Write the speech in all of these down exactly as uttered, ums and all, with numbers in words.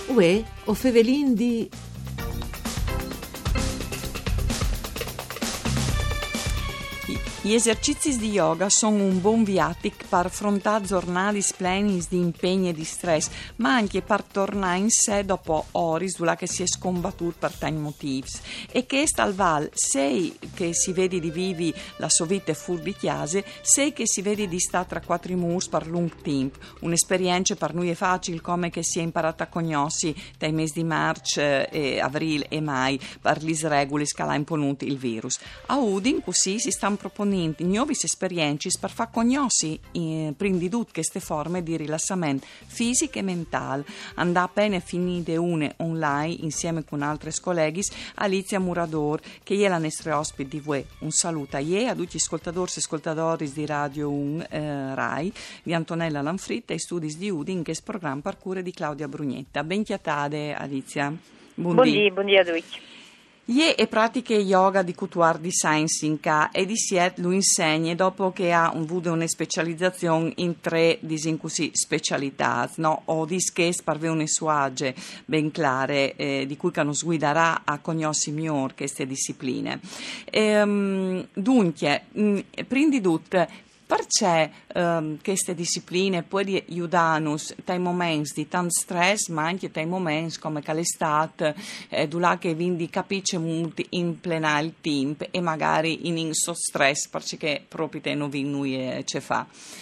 Uè, o fevelin di... Gli esercizi di yoga sono un buon viatic per affrontare giornali pleni di impegni e di stress, ma anche per tornare in sé dopo ore sulla che si è scombattuto per tanti motivi. E che al val, sei che si vede di vivi la sua vita fuori di chiase, sei che si vede di stare tra quattro murs per lungo tempo. Un'esperienza per noi è facile, come che si è imparata a conoscere dai mesi di marzo, e aprile e mai per le regole che ha imponuto il virus. A Udin così si stanno proponendo nuove esperienze per far conoscere eh, prima di tutto queste forme di rilassamento fisico e mentale. Andà appena finite une online insieme con altri colleghi, Alicia Murador, che è la nostra ospite di voi. Un saluto a lei, a tutti gli ascoltatori e ascoltatori di Radio uno eh, Rai, di Antonella Lanfritta e studi di Udin, che è il programma per cura di Claudia Brugnetta. Ben chiatade, Alicia. Buondì, buondì a tutti. Ie e pratiche yoga di Couture di Science in K e di Siet lo insegna dopo che ha avuto una specializzazione in tre disincusi specialità, no? O di che parve una suage ben clare eh, di cui non guiderà a conoscere miglior queste discipline. Ehm, dunque, mh, prima di tutto, perché um, queste discipline poi aiutano dai momenti di tanto stress, ma anche dai momenti come che l'estate, eh, dove che quindi capisce molto in plena il tempo e magari in questo stress perché proprio te non vi noi eh, ce fa.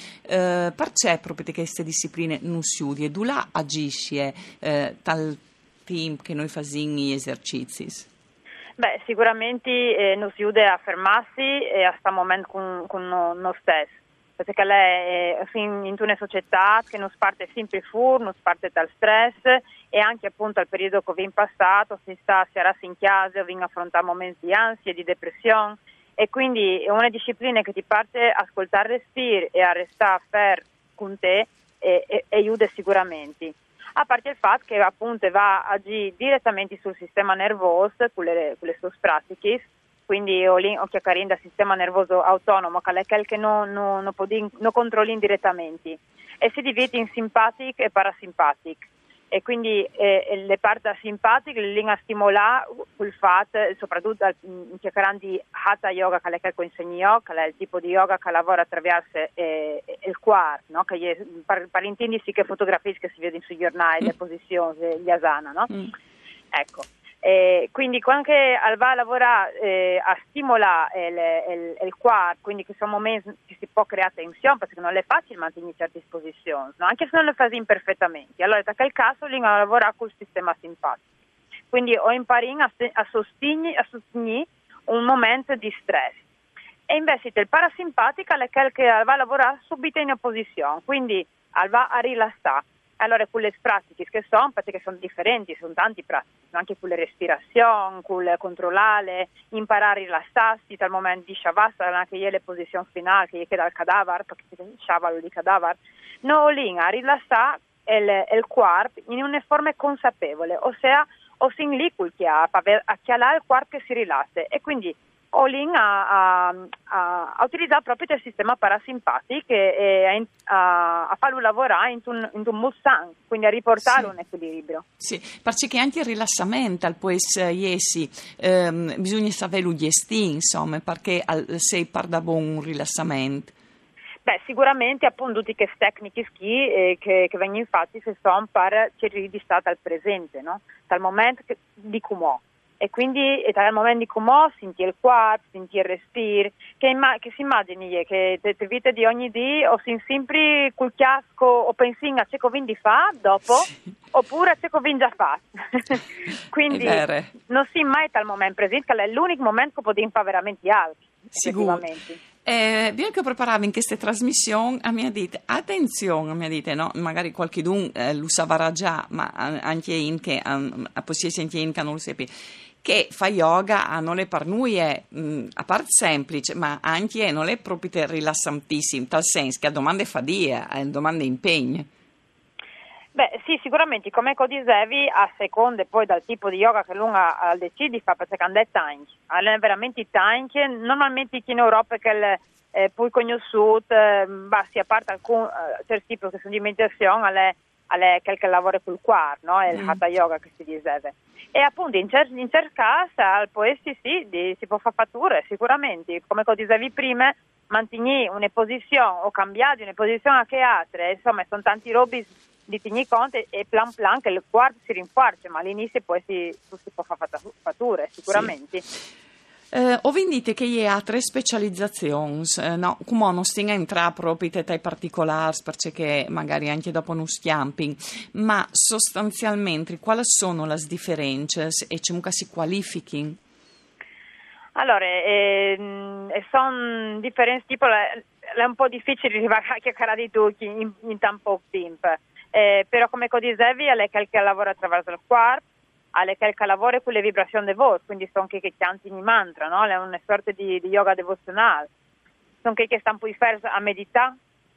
Uh, perché proprio queste discipline non si usano? Dove agisce eh, tal tempo che noi facciamo gli esercizi? Beh, sicuramente eh, non si usa a fermarsi e a stare momento con, con noi stessi, perché lei è in una società che non parte sempre fuori, non parte dal stress e anche appunto al periodo che viene passato si sta si era in chiesa, viene a affrontare momenti di ansia, di depressione e quindi è una disciplina che ti parte a ascoltare il respiro e a restare fer con te e, e, e aiuta sicuramente. A parte il fatto che appunto va a agire direttamente sul sistema nervoso con le, con le sue pratiche, quindi ho, ho chiacchierato del sistema nervoso autonomo che è quel che non, non, non, non controlli direttamente e si divide in simpatico e parasimpatico e quindi eh, le parti simpatiche le linea stimolare il fatto, soprattutto in chiacchierando di Hatha Yoga che è quel che insegno, che è il tipo di yoga che lavora attraverso eh, il cuore, no? Che è, per, per intendersi che fotografie che si vedono sui giornali, le posizioni, gli asana, no? Mm. Ecco. Eh, quindi quando va a lavorare eh, a stimolare il, il, il cuore, quindi che sono momenti che si può creare tensione perché non è facile mantenere certe disposizioni, no? Anche se non le fai imperfettamente. Allora in quel caso lì a lavorare col sistema simpatico. Quindi ho imparato a, a sostenere, a sostenere un momento di stress. E invece il parasimpatico è quel che va a lavorare subito in opposizione, quindi va a rilassare. Allora, quelle pratiche che sono, perché sono differenti, sono tanti pratiche, anche con le respirazioni, con le controllare, imparare a rilassarsi dal momento di Shavasana, anche le posizioni finali, che è dal cadavere, perché si Shavalo di cadavere, no, lì a rilassare il, il corpo in una forma consapevole, ossia, o sin lì quel che ha, per acchialare il corpo che si rilassa, e quindi o lì a, a, a utilizzare proprio il sistema parasimpatico e a, a farlo lavorare in un, in un musang, quindi a riportare sì. Un equilibrio. Sì, perché anche il rilassamento può essere, yes, ehm, bisogna sapere gli esti, insomma, perché sei par da buon rilassamento. Beh, sicuramente appunto tutte queste tecniche ski eh, che, che vengono infatti se sono per cercare di stare al presente, no? Dal momento che, di come. E quindi dal momento di come senti il cuore, senti il respiro, che, imma- che si immagini che le vite di ogni giorno o si sempre col chiasco o pensi a ciò che vindi fa dopo sì. Oppure a ciò che vindi già fa. Quindi non si mai dal momento presente, che è l'unico momento che può fare veramente altro. Sicuro. Eh, bien che preparavo in queste trasmissioni, a mia dite, attenzione, a mia dite, no? Magari qualcuno eh, lo saprà già, ma anche in che, um, a possiede anche in che non lo sapevi, che fa yoga a non è per noi è, mh, a parte semplice, ma anche non è proprio rilassantissimo, tal senso che a domande fadia, a domande impegno. Beh sì, sicuramente come dicevi a seconda poi dal tipo di yoga che l'uno decide di fare, perché hanno tanti, hanno veramente tanti, normalmente qui in Europa che il, eh, poi conosciuto, eh, basti a parte alcuni eh, certi tipi che sono di meditazione, alle alle qualche lavoro col cuore, no? È il Mm. Hatha Yoga che si diceva. E appunto in, cer- in certi casi poi sì, sì, di- si può fare fatture sicuramente, come dicevi prima, mantenere una posizione o cambiare di una posizione a che altre, insomma sono tanti robi di tenere conto e plan plan che il cuore si rinforza, ma all'inizio poi si, si può fare fatture sicuramente. Sì. Eh, o dite che hi ha tre specializzazioni, eh, no? Come non stiamo a entrare proprio in dettagli particolari, perché magari anche dopo uno scamping, ma sostanzialmente quali sono le differenze e come si qualificano? Allora, ehm, sono differenze, tipo, è un po' difficile arrivare a chiacchierare di tutti in, in tan poco tempo, eh, però come dicevi, è quel che lavora attraverso il cuore, alle quel che lavora con le vibrazioni di voce, quindi sono che canti in mantra, no? È una sorta di, di yoga devozionale. Sono che che stanno poi fermi a meditare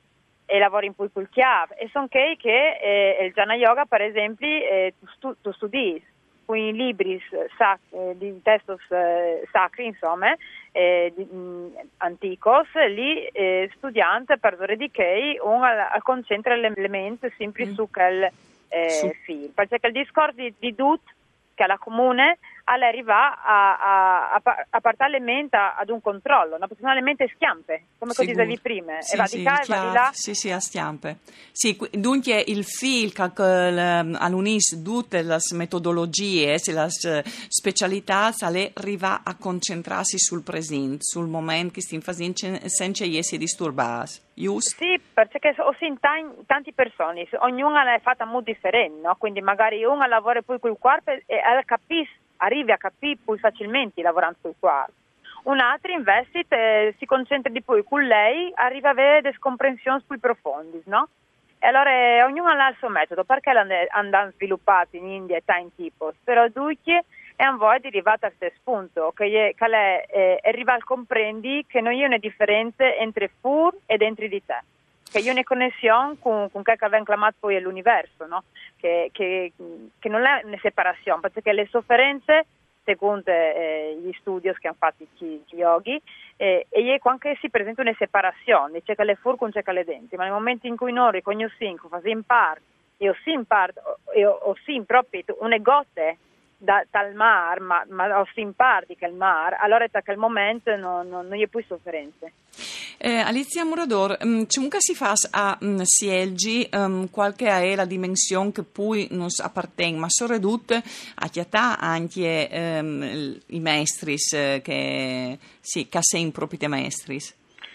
e lavorano poi col chiave. E sono che che eh, il Jnana Yoga, per esempio, eh, tu, stu- tu studi con i libri sac- eh, di testi eh, sacri, insomma, eh, di, mh, anticos, lì eh, studiante per dedicare un al, al concentrare l'elemento sempre Mm. su quel eh, Su. filo. Perché il discorso di, di Dut, che alla comune, all'arriva a, a, a, a partire le mente ad un controllo, una persona le mente schiampe, come Sicuro. dicevi prima, Sì, e va sì, di qua il e va di chiave, là. sì, sì, a stampe. Sì, qui- dunque il fil che eh, all'unis tutte le metodologie, se le specialità, le arriva a concentrarsi sul presente, sul momento che stiamo facendo senza essere disturbati, giusto? Sì, perché ho sentito tante persone, ognuna l'ha fatta molto differente, no? Quindi magari una lavora poi col corpo e capisce, arrivi a capire più facilmente lavorando col corpo. Un'altra invece eh, si concentra di più con lei, arriva a avere delle comprensioni più profonde, no? E allora eh, ognuno ha il suo metodo, perché l'hanno sviluppato in India e tanti tipi, però tutti è un voi arrivato a questo punto, che, è, che lei eh, arriva a comprendere che non c'è una differenza entre fuori e dentro di te, che c'è una connessione con, con quel che aveva chiamato poi l'universo, no? Che, che, che non è una separazione, perché le sofferenze, secondo eh, gli studi che hanno fatto gli yogi, eh, e è anche si presenta una separazione, c'è che le fuori con c'è che le dentro, ma nel momento in cui noi riconosciamo, facciamo parte, io sì in parte, io ho sì proprio una gote da, dal mare, ma, ma ho sì in parte che il mare, allora da quel momento non, non, non c'è più sofferenze. Eh, Alicia Murador, um, c'è un che si fa a um, Sielgi, um, qualche è la dimensione che poi non appartiene, ma soprattutto a chiatà anche um, i maestris eh, che sì, che sei proprio dei maestris.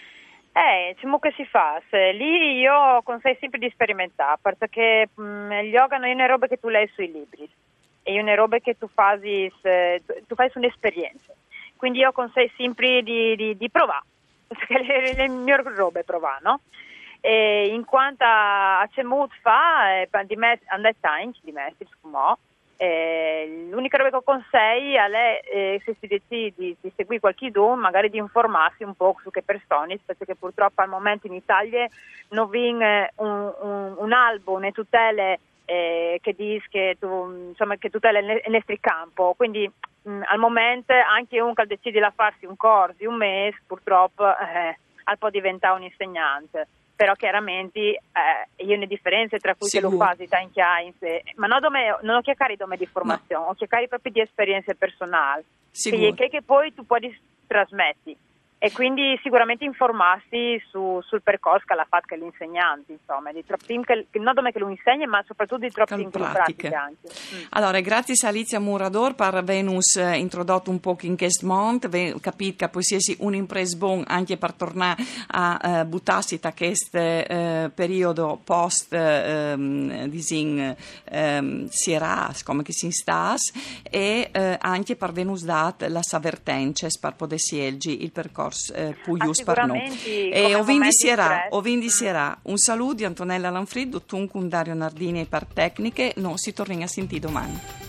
Eh, diciamo che si fa, se lì io consiglio sempre di sperimentare, perché mh, il yoga non è una roba che tu leggi sui libri, è una roba che tu fai, se, tu fai un'esperienza, quindi io consiglio sempre di, di, di provare, perché le, le migliori robe provare, no? E in quanto a c'è molto fa, eh, di me, andare tanti di me, come Eh, l'unica roba che consiglio è eh, se si decide di, di seguire qualche don, magari di informarsi un po' su che persone, perché purtroppo al momento in Italia non viene un, un, un albo, una tutela eh, che dice che tu, insomma, che tutela il nostro campo, quindi mh, al momento anche uno che decide di farsi un corso di un mese purtroppo eh, può diventare un insegnante. Però chiaramente eh, io ne differenze tra cui che lo fasi anche in sé, ma non, dome, non ho chiacchiere di formazione, no. Ho chiacchiere proprio di esperienze personali, che, che poi tu puoi trasmetti. E quindi sicuramente informarsi su, sul percorso che l'ha fatto che l'insegnante, insomma, di troppi, che, non come che lo insegna, ma soprattutto di troppi in pratiche anche. Mm. Allora, grazie a Alicia Murador per Venus eh, introdotto un po' in questo mondo, capito che poi sia un'impresa buona anche per tornare a eh, buttarsi da questo eh, periodo post eh, disin eh, sierà, come che si sta, e eh, anche per Venus dat la savertenze per poter sielgi il percorso Eh, Puglius ah, per noi. E ovindi sierà, ovindi sierà. Un saluto di Antonella Lanfrid, Tunc, Dario Nardini per tecniche, non si torna a sentire domani.